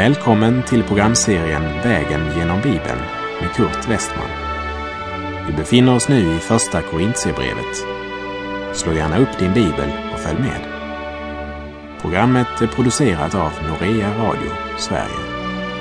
Välkommen till programserien Vägen genom Bibeln med Kurt Westman. Vi befinner oss nu i första Korintierbrevet. Slå gärna upp din bibel och följ med. Programmet är producerat av Norea Radio, Sverige.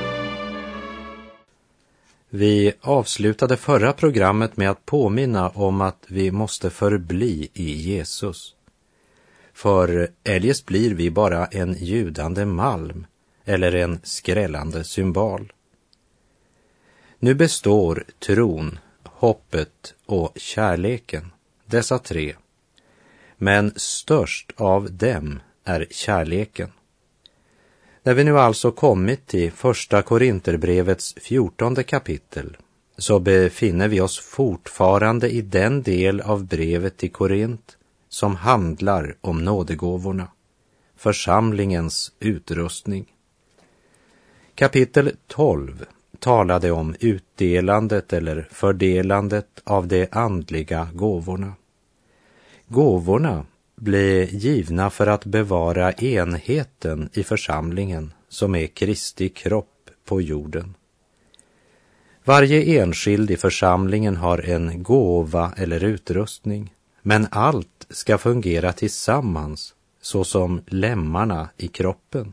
Vi avslutade förra programmet med att påminna om att vi måste förbli i Jesus. För eljest blir vi bara en ljudande malm eller en skrällande symbol. Nu består tron, hoppet och kärleken, dessa tre. Men störst av dem är kärleken. När vi nu alltså kommit till första Korinterbrevets 14:e kapitel så befinner vi oss fortfarande i den del av brevet till Korint som handlar om nådegåvorna, församlingens utrustning. Kapitel 12 talade om utdelandet eller fördelandet av de andliga gåvorna. Gåvorna blev givna för att bevara enheten i församlingen som är Kristi kropp på jorden. Varje enskild i församlingen har en gåva eller utrustning, men allt ska fungera tillsammans så som lemmarna i kroppen.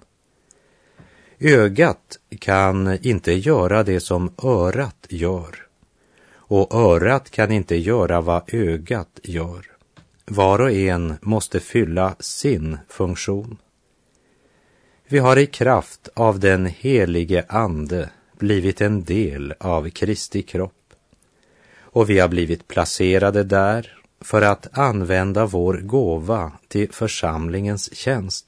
Ögat kan inte göra det som örat gör, och örat kan inte göra vad ögat gör. Var och en måste fylla sin funktion. Vi har i kraft av den helige ande blivit en del av Kristi kropp, och vi har blivit placerade där för att använda vår gåva till församlingens tjänst.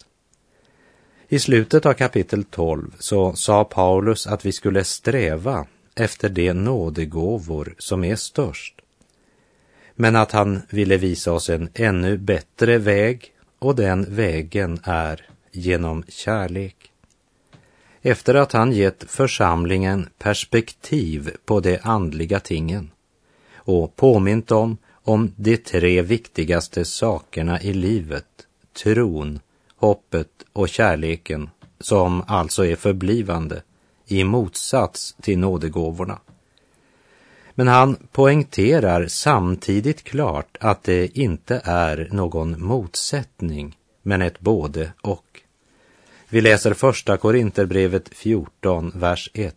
I slutet av kapitel 12 så sa Paulus att vi skulle sträva efter de nådegåvor som är störst. Men att han ville visa oss en ännu bättre väg, och den vägen är genom kärlek. Efter att han gett församlingen perspektiv på de andliga tingen och påmint om de tre viktigaste sakerna i livet, tron, hoppet och kärleken, som alltså är förblivande i motsats till nådegåvorna. Men han poängterar samtidigt klart att det inte är någon motsättning, men ett både och. Vi läser första Korinterbrevet 14, vers 1.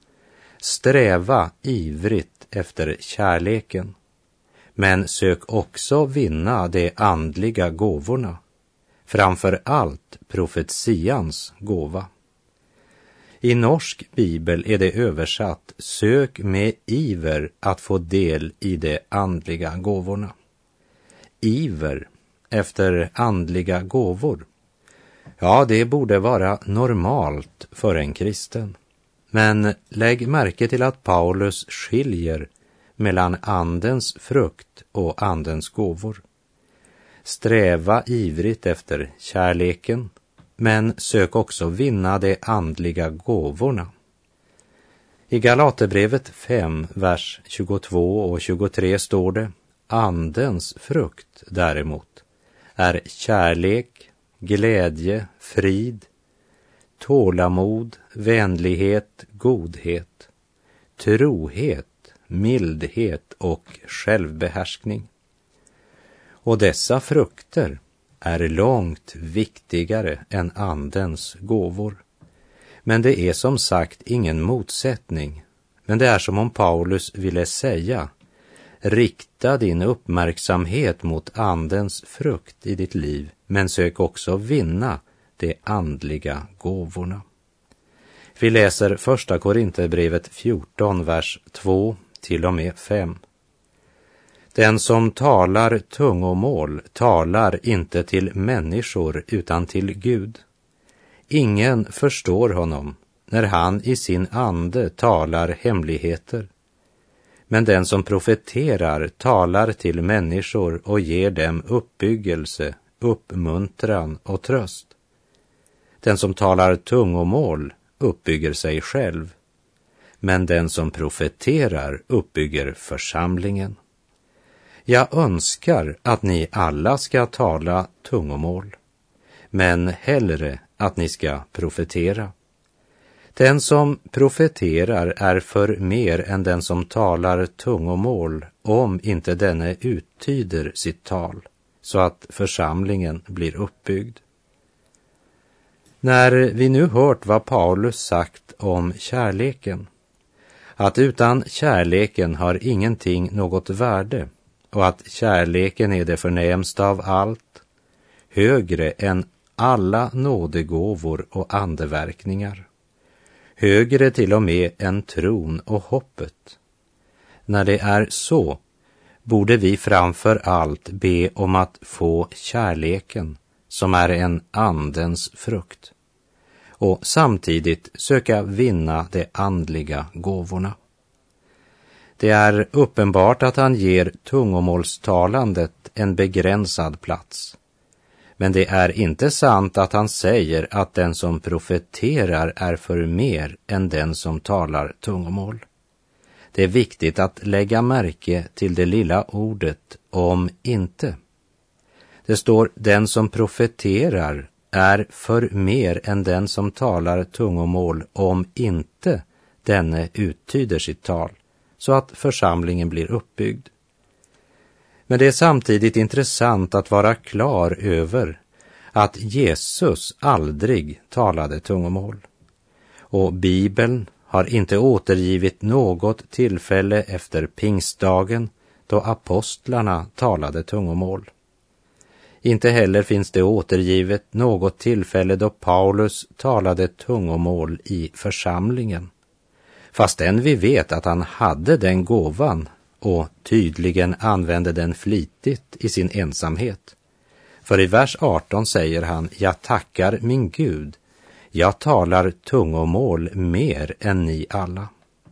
Sträva ivrigt efter kärleken, men sök också vinna de andliga gåvorna, framför allt profetians gåva. I norsk bibel är det översatt: sök med iver att få del i de andliga gåvorna. Iver efter andliga gåvor, ja, det borde vara normalt för en kristen. Men lägg märke till att Paulus skiljer mellan andens frukt och andens gåvor. Sträva ivrigt efter kärleken, men sök också vinna de andliga gåvorna. I Galaterbrevet 5, vers 22 och 23 står det: andens frukt däremot är kärlek, glädje, frid, tålamod, vänlighet, godhet, trohet, mildhet och självbehärskning. Och dessa frukter är långt viktigare än andens gåvor. Men det är som sagt ingen motsättning. Men det är som om Paulus ville säga: rikta din uppmärksamhet mot andens frukt i ditt liv, men sök också vinna de andliga gåvorna. Vi läser första Korinterbrevet 14, vers 2 till och med 5. Den som talar tungomål talar inte till människor utan till Gud. Ingen förstår honom när han i sin ande talar hemligheter. Men den som profeterar talar till människor och ger dem uppbyggelse, uppmuntran och tröst. Den som talar tungomål uppbygger sig själv, men den som profeterar uppbygger församlingen. Jag önskar att ni alla ska tala tungomål, men hellre att ni ska profetera. Den som profeterar är för mer än den som talar tungomål, om inte denne uttyder sitt tal, så att församlingen blir uppbyggd. När vi nu hört vad Paulus sagt om kärleken, att utan kärleken har ingenting något värde och att kärleken är det förnämsta av allt, högre än alla nådegåvor och andeverkningar, högre till och med än tron och hoppet. När det är så, borde vi framför allt be om att få kärleken, som är en andens frukt, och samtidigt söka vinna de andliga gåvorna. Det är uppenbart att han ger tungomålstalandet en begränsad plats. Men det är inte sant att han säger att den som profeterar är för mer än den som talar tungomål. Det är viktigt att lägga märke till det lilla ordet om inte. Det står den som profeterar är för mer än den som talar tungomål, om inte denne uttyder sitt tal, så att församlingen blir uppbyggd. Men det är samtidigt intressant att vara klar över att Jesus aldrig talade tungomål. Och Bibeln har inte återgivit något tillfälle efter pingstdagen då apostlarna talade tungomål. Inte heller finns det återgivet något tillfälle då Paulus talade tungomål i församlingen, fastän vi vet att han hade den gåvan och tydligen använde den flitigt i sin ensamhet. För i vers 18 säger han: jag tackar min Gud, jag talar tungomål mer än ni alla.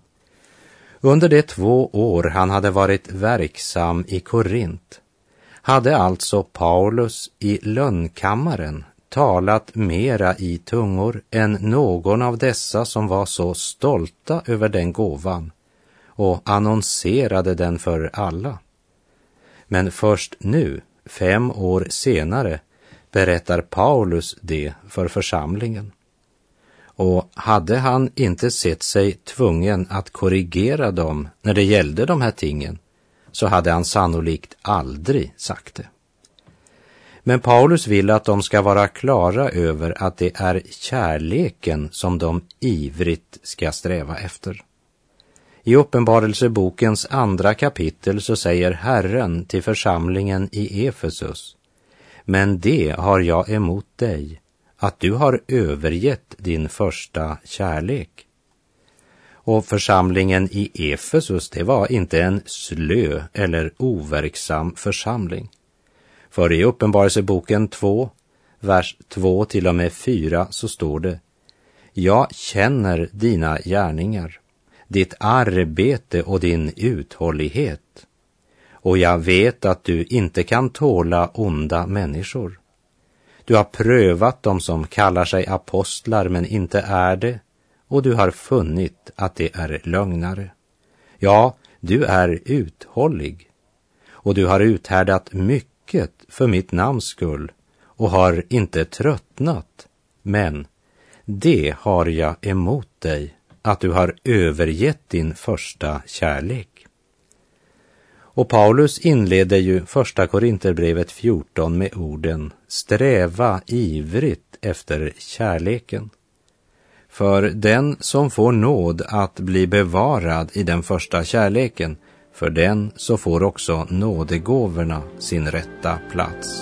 Under de 2 år han hade varit verksam i Korint hade alltså Paulus i lönnkammaren talat mera i tungor än någon av dessa som var så stolta över den gåvan och annonserade den för alla. Men först nu, 5 år senare, berättar Paulus det för församlingen. Och hade han inte sett sig tvungen att korrigera dem när det gällde de här tingen, så hade han sannolikt aldrig sagt det. Men Paulus vill att de ska vara klara över att det är kärleken som de ivrigt ska sträva efter. I Uppenbarelsebokens 2 kapitel så säger Herren till församlingen i Efesus: men det har jag emot dig, att du har övergett din första kärlek. Och församlingen i Efesus, det var inte en slö eller overksam församling. För i Uppenbarelseboken 2, vers 2 till och med 4 så står det: jag känner dina gärningar, ditt arbete och din uthållighet. Och jag vet att du inte kan tåla onda människor. Du har prövat dem som kallar sig apostlar men inte är det, och du har funnit att det är lögnare. Ja, du är uthållig, och du har uthärdat mycket för mitt namns skull och har inte tröttnat. Men det har jag emot dig, att du har övergett din första kärlek. Och Paulus inleder ju 1 Korinterbrevet 14 med orden: sträva ivrigt efter kärleken. För den som får nåd att bli bevarad i den första kärleken, för den så får också nådegåvorna sin rätta plats.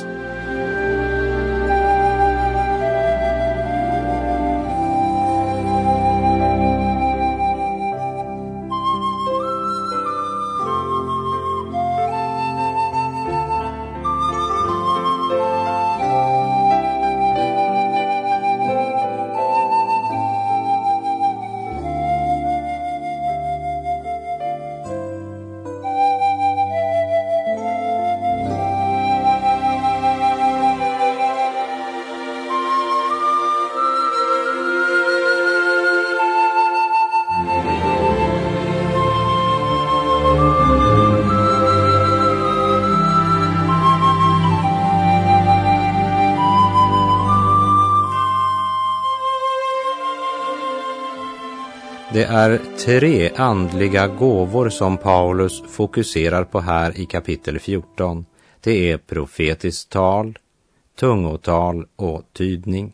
Det är 3 andliga gåvor som Paulus fokuserar på här i kapitel 14. Det är profetiskt tal, tungotal och tydning.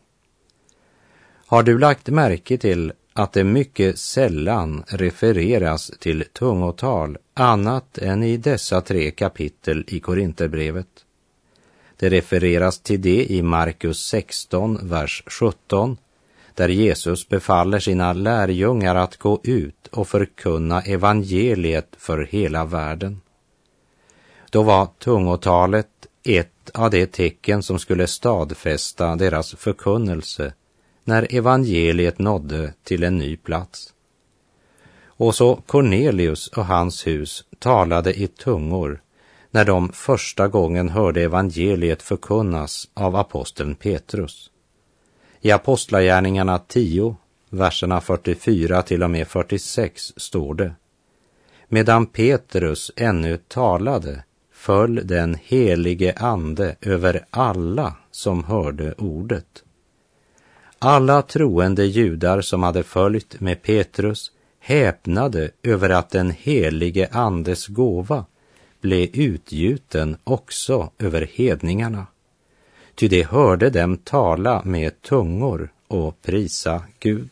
Har du lagt märke till att det mycket sällan refereras till tungotal annat än i dessa 3 kapitel i Korinterbrevet? Det refereras till det i Markus 16, vers 17, där Jesus befaller sina lärjungar att gå ut och förkunna evangeliet för hela världen. Då var tungotalet ett av de tecken som skulle stadfästa deras förkunnelse när evangeliet nådde till en ny plats. Och så Cornelius och hans hus talade i tungor när de första gången hörde evangeliet förkunnas av aposteln Petrus. I Apostlagärningarna 10, verserna 44 till och med 46 står det: Medan Petrus ännu talade föll den helige ande över alla som hörde ordet. Alla troende judar som hade följt med Petrus häpnade över att den helige andes gåva blev utgjuten också över hedningarna. Ty de hörde dem tala med tungor och prisa Gud.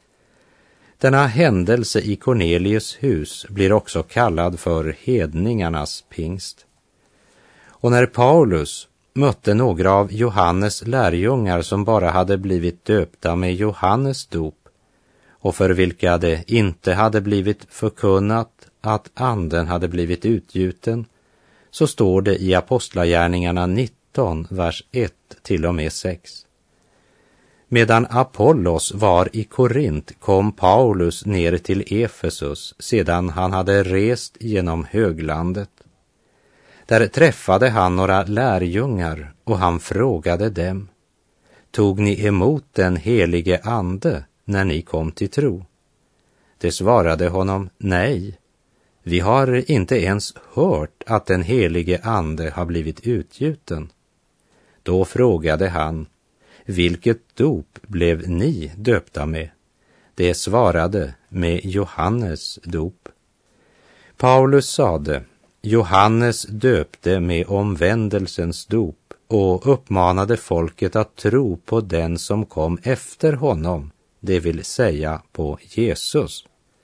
Denna händelse i Cornelius hus blir också kallad för hedningarnas pingst. Och när Paulus mötte några av Johannes lärjungar som bara hade blivit döpta med Johannes dop och för vilka det inte hade blivit förkunnat att anden hade blivit utgjuten, så står det i Apostlagärningarna 19, vers 1 till och med 6. Medan Apollos var i Korint kom Paulus ner till Efesus sedan han hade rest genom höglandet. Där träffade han några lärjungar och han frågade dem: Tog ni emot den helige ande när ni kom till tro? De svarade honom: Nej, vi har inte ens hört att den helige ande har blivit utgjuten. Då frågade han: Vilket dop blev ni döpta med? De svarade: Med Johannes dop. Paulus sade: Johannes döpte med omvändelsens dop och uppmanade folket att tro på den som kom efter honom, det vill säga på Jesus.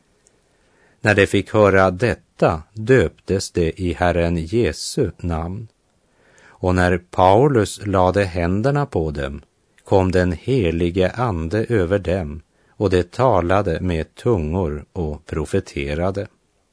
När de fick höra detta döptes de i Herren Jesu namn. Och när Paulus lade händerna på dem kom den helige ande över dem och de talade med tungor och profeterade.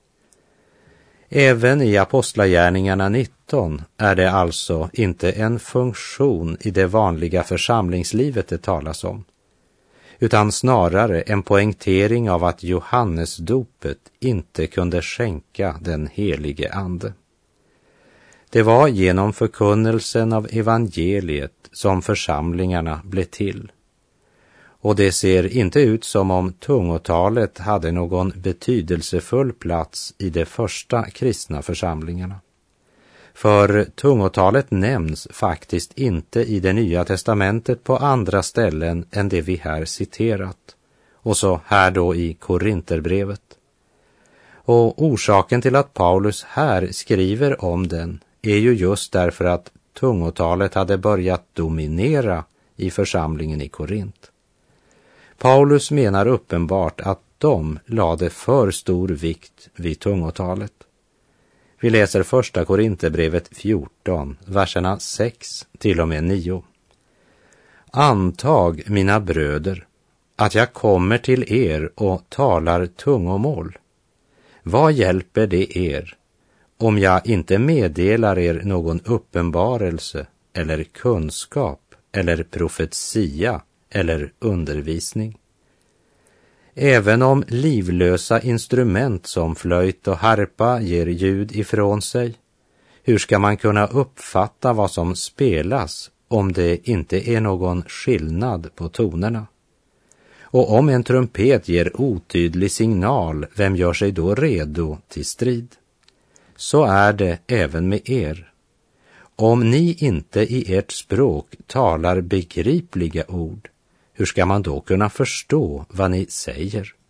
Även i Apostlagärningarna 19 är det alltså inte en funktion i det vanliga församlingslivet det talas om, utan snarare en poängtering av att Johannesdopet inte kunde skänka den helige ande. Det var genom förkunnelsen av evangeliet som församlingarna blev till. Och det ser inte ut som om tungotalet hade någon betydelsefull plats i de första kristna församlingarna. För tungotalet nämns faktiskt inte i det Nya testamentet på andra ställen än det vi här citerat. Och så här då i Korinterbrevet. Och orsaken till att Paulus här skriver om den är ju just därför att tungotalet hade börjat dominera i församlingen i Korint. Paulus menar uppenbart att de lade för stor vikt vid tungotalet. Vi läser första Korinterbrevet 14, verserna 6 till och med 9. Antag, mina bröder, att jag kommer till er och talar tungomål. Vad hjälper det er om jag inte meddelar er någon uppenbarelse eller kunskap eller profetia eller undervisning? Även om livlösa instrument som flöjt och harpa ger ljud ifrån sig, hur ska man kunna uppfatta vad som spelas om det inte är någon skillnad på tonerna? Och om en trumpet ger otydlig signal, vem gör sig då redo till strid? Så är det även med er. Om ni inte i ert språk talar begripliga ord, hur ska man då kunna förstå vad ni säger?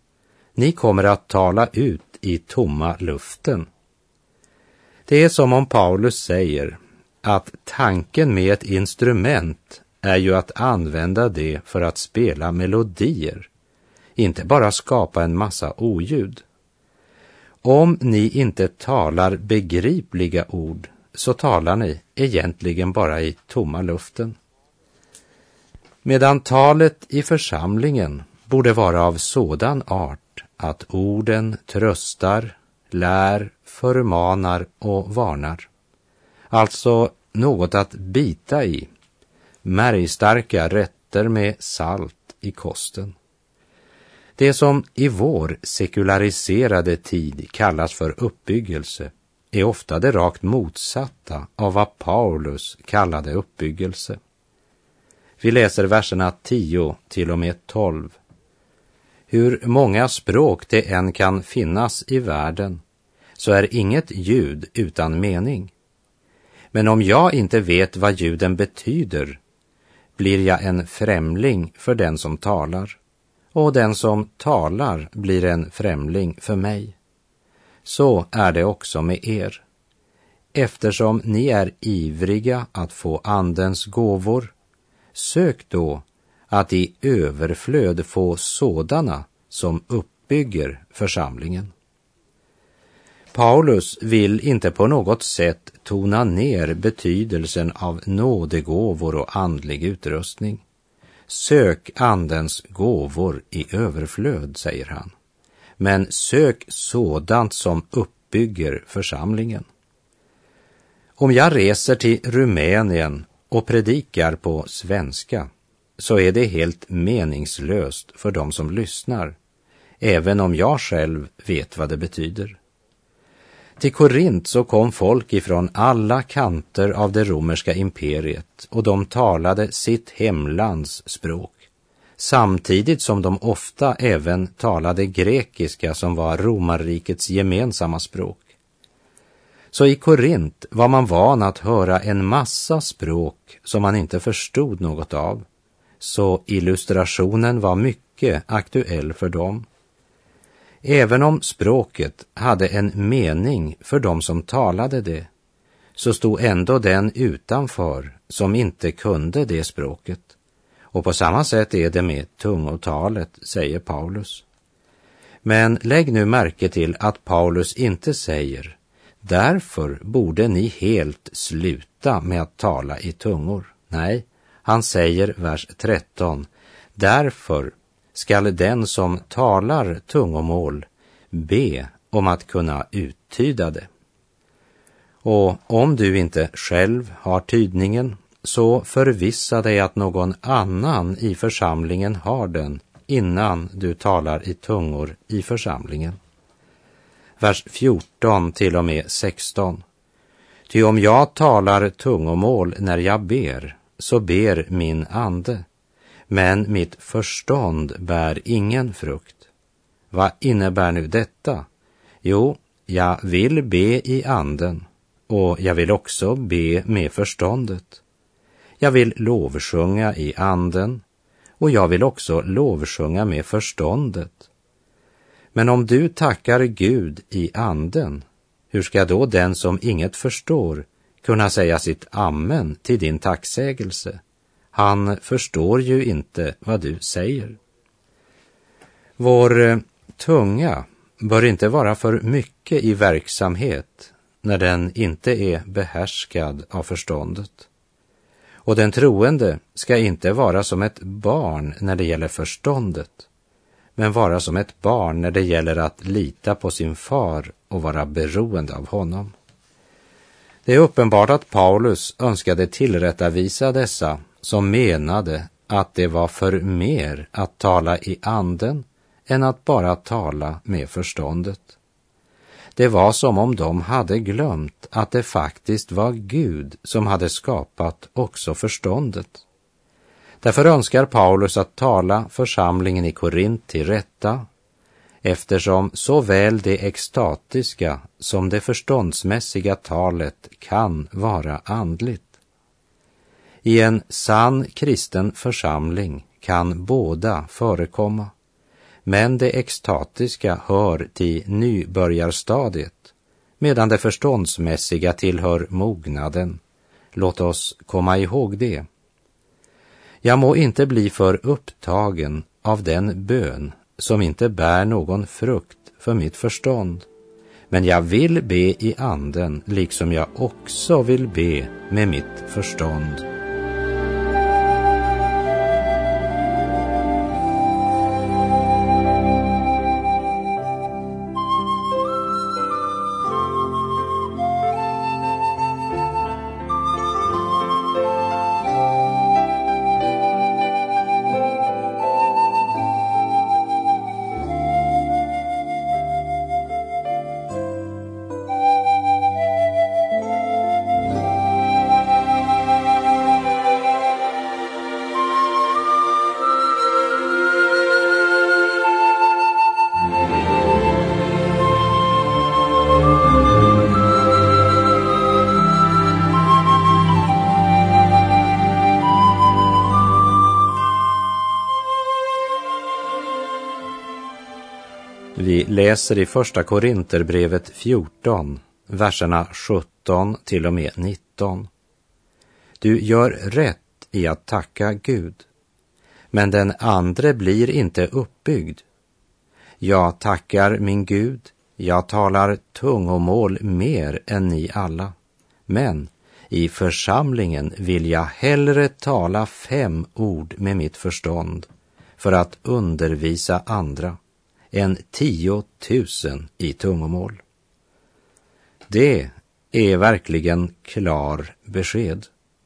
Ni kommer att tala ut i tomma luften. Det är som om Paulus säger att tanken med ett instrument är ju att använda det för att spela melodier, inte bara skapa en massa oljud. Om ni inte talar begripliga ord så talar ni egentligen bara i tomma luften. Medan talet i församlingen borde vara av sådan art att orden tröstar, lär, förmanar och varnar. Alltså något att bita i, märgstarka rätter med salt i kosten. Det som i vår sekulariserade tid kallas för uppbyggelse är ofta det rakt motsatta av vad Paulus kallade uppbyggelse. Vi läser verserna 10 till och med 12. Hur många språk det än kan finnas i världen så är inget ljud utan mening. Men om jag inte vet vad ljuden betyder blir jag en främling för den som talar, och den som talar blir en främling för mig. Så är det också med er. Eftersom ni är ivriga att få andens gåvor, sök då att i överflöd få sådana som uppbygger församlingen. Paulus vill inte på något sätt tona ner betydelsen av nådegåvor och andlig utrustning. Sök andens gåvor i överflöd, säger han. Men sök sådant som uppbygger församlingen. Om jag reser till Rumänien och predikar på svenska så är det helt meningslöst för de som lyssnar, även om jag själv vet vad det betyder. Till Korint så kom folk ifrån alla kanter av det romerska imperiet och de talade sitt hemlands språk, samtidigt som de ofta även talade grekiska som var romarrikets gemensamma språk. Så i Korint var man van att höra en massa språk som man inte förstod något av, så illustrationen var mycket aktuell för dem. Även om språket hade en mening för dem som talade det, så stod ändå den utanför som inte kunde det språket. Och på samma sätt är det med tungotalet, säger Paulus. Men lägg nu märke till att Paulus inte säger: därför borde ni helt sluta med att tala i tungor. Nej, han säger, vers 13, därför skall den som talar tungomål be om att kunna uttyda det. Och om du inte själv har tydningen, så förvissa dig att någon annan i församlingen har den innan du talar i tungor i församlingen. Vers 14 till och med 16. Ty om jag talar tungomål när jag ber, så ber min ande, men mitt förstånd bär ingen frukt. Vad innebär nu detta? Jo, jag vill be i anden, och jag vill också be med förståndet. Jag vill lovsjunga i anden, och jag vill också lovsjunga med förståndet. Men om du tackar Gud i anden, hur ska då den som inget förstår kunna säga sitt amen till din tacksägelse? Han förstår ju inte vad du säger. Vår tunga bör inte vara för mycket i verksamhet när den inte är behärskad av förståndet. Och den troende ska inte vara som ett barn när det gäller förståndet, men vara som ett barn när det gäller att lita på sin far och vara beroende av honom. Det är uppenbart att Paulus önskade tillrättavisa dessa som menade att det var för mer att tala i anden än att bara tala med förståndet. Det var som om de hade glömt att det faktiskt var Gud som hade skapat också förståndet. Därför önskar Paulus att tala församlingen i Korint till rätta, eftersom såväl det extatiska som det förståndsmässiga talet kan vara andligt. I en sann kristen församling kan båda förekomma, men det extatiska hör till nybörjarstadiet, medan det förståndsmässiga tillhör mognaden. Låt oss komma ihåg det. Jag må inte bli för upptagen av den bön som inte bär någon frukt för mitt förstånd, men jag vill be i anden liksom jag också vill be med mitt förstånd. Vi läser i första Korinterbrevet 14, verserna 17 till och med 19. Du gör rätt i att tacka Gud, men den andre blir inte uppbyggd. Jag tackar min Gud, jag talar tungomål mer än ni alla, men i församlingen vill jag hellre tala 5 ord med mitt förstånd för att undervisa andra än 10 000 i tungomål. Det är verkligen klar besked.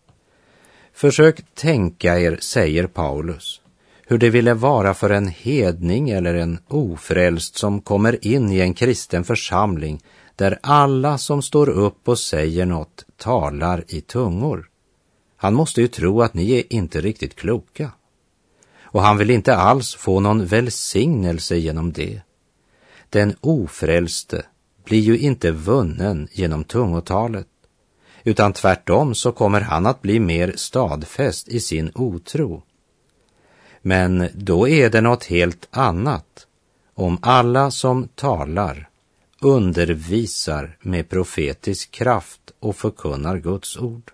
Försök tänka er, säger Paulus, hur det ville vara för en hedning eller en ofrälst som kommer in i en kristen församling där alla som står upp och säger något talar i tungor. Han måste ju tro att ni är inte riktigt kloka. Och han vill inte alls få någon välsignelse genom det. Den ofrälste blir ju inte vunnen genom tungotalet, utan tvärtom så kommer han att bli mer stadfäst i sin otro. Men då är det något helt annat om alla som talar undervisar med profetisk kraft och förkunnar Guds ord.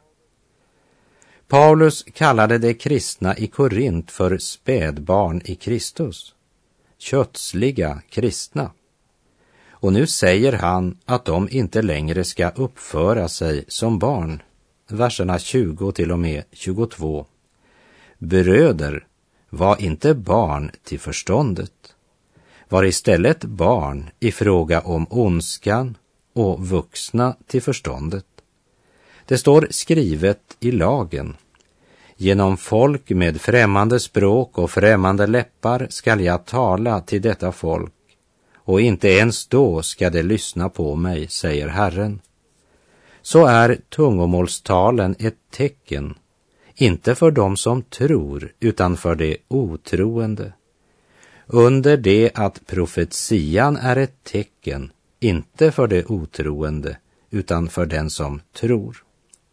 Paulus kallade de kristna i Korint för spädbarn i Kristus, kötsliga kristna. Och nu säger han att de inte längre ska uppföra sig som barn. Verserna 20 till och med 22. Bröder, var inte barn till förståndet. Var istället barn i fråga om ondskan och vuxna till förståndet. Det står skrivet i lagen: genom folk med främmande språk och främmande läppar skall jag tala till detta folk, och inte ens då ska de lyssna på mig, säger Herren. Så är tungomålstalen ett tecken, inte för dem som tror, utan för de otroende. Under det att profetian är ett tecken, inte för de otroende, utan för den som tror.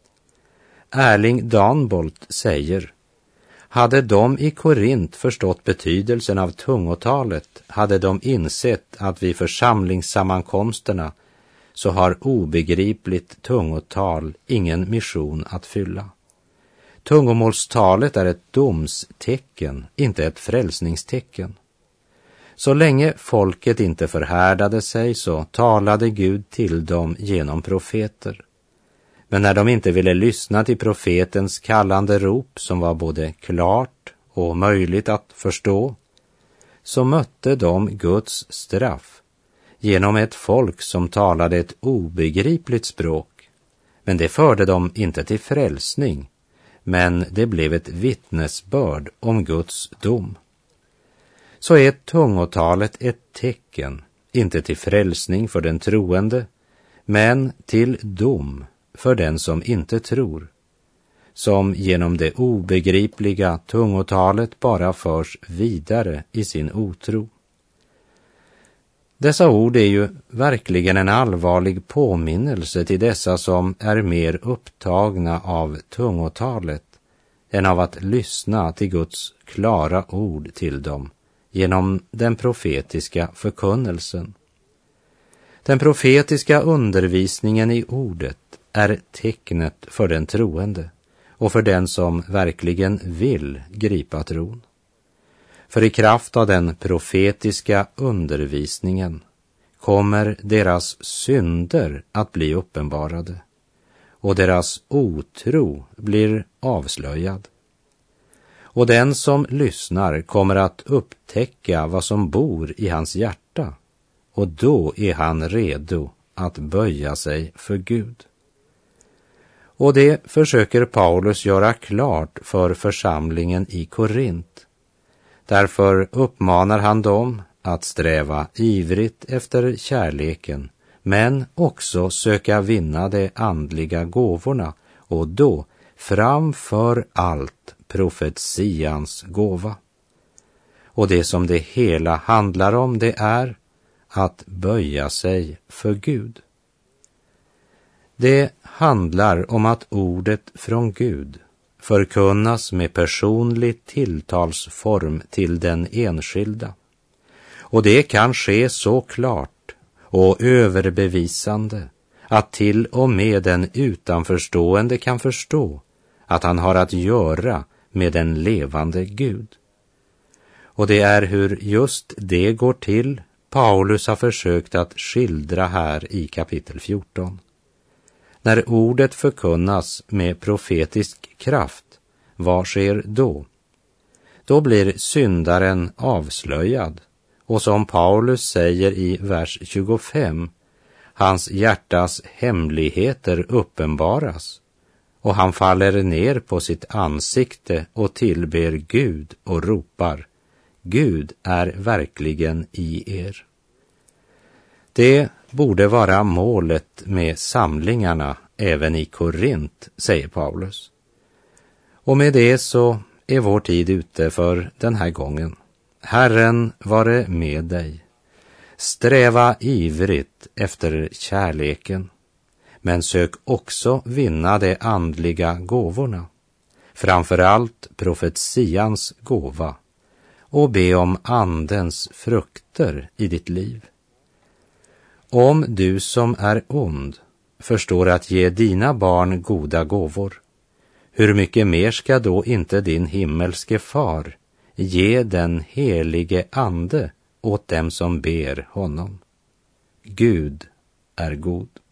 Erling Danbolt säger: hade de i Korint förstått betydelsen av tungotalet, hade de insett att vid församlingssammankomsterna så har obegripligt tungotal ingen mission att fylla. Tungomålstalet är ett domstecken, inte ett frälsningstecken. Så länge folket inte förhärdade sig så talade Gud till dem genom profeter. Men när de inte ville lyssna till profetens kallande rop, som var både klart och möjligt att förstå, så mötte de Guds straff genom ett folk som talade ett obegripligt språk. Men det förde dem inte till frälsning, men det blev ett vittnesbörd om Guds dom. Så är tungotalet ett tecken, inte till frälsning för den troende, men till dom för den som inte tror, som genom det obegripliga tungotalet bara förs vidare i sin otro. Dessa ord är ju verkligen en allvarlig påminnelse till dessa som är mer upptagna av tungotalet än av att lyssna till Guds klara ord till dem genom den profetiska förkunnelsen. Den profetiska undervisningen i ordet är tecknet för den troende och för den som verkligen vill gripa tron. För i kraft av den profetiska undervisningen kommer deras synder att bli uppenbarade och deras otro blir avslöjad. Och den som lyssnar kommer att upptäcka vad som bor i hans hjärta, och då är han redo att böja sig för Gud. Och det försöker Paulus göra klart för församlingen i Korint. Därför uppmanar han dem att sträva ivrigt efter kärleken, men också söka vinna de andliga gåvorna, och då framför allt profetians gåva. Och det som det hela handlar om, det är att böja sig för Gud. Det handlar om att ordet från Gud förkunnas med personlig tilltalsform till den enskilda. Och det kan ske så klart och överbevisande att till och med den utanförstående kan förstå att han har att göra med en levande Gud. Och det är hur just det går till Paulus har försökt att skildra här i kapitel 14. När ordet förkunnas med profetisk kraft, vad sker då? Då blir syndaren avslöjad, och som Paulus säger i vers 25, hans hjärtas hemligheter uppenbaras, och han faller ner på sitt ansikte och tillber Gud och ropar: Gud är verkligen i er. Det borde vara målet med samlingarna även i Korint, säger Paulus. Och med det så är vår tid ute för den här gången. Herren vare med dig. Sträva ivrigt efter kärleken, men sök också vinna de andliga gåvorna, framförallt profetians gåva, och be om andens frukter i ditt liv. Om du som är ond förstår att ge dina barn goda gåvor, hur mycket mer ska då inte din himmelske far ge den helige ande åt dem som ber honom? Gud är god.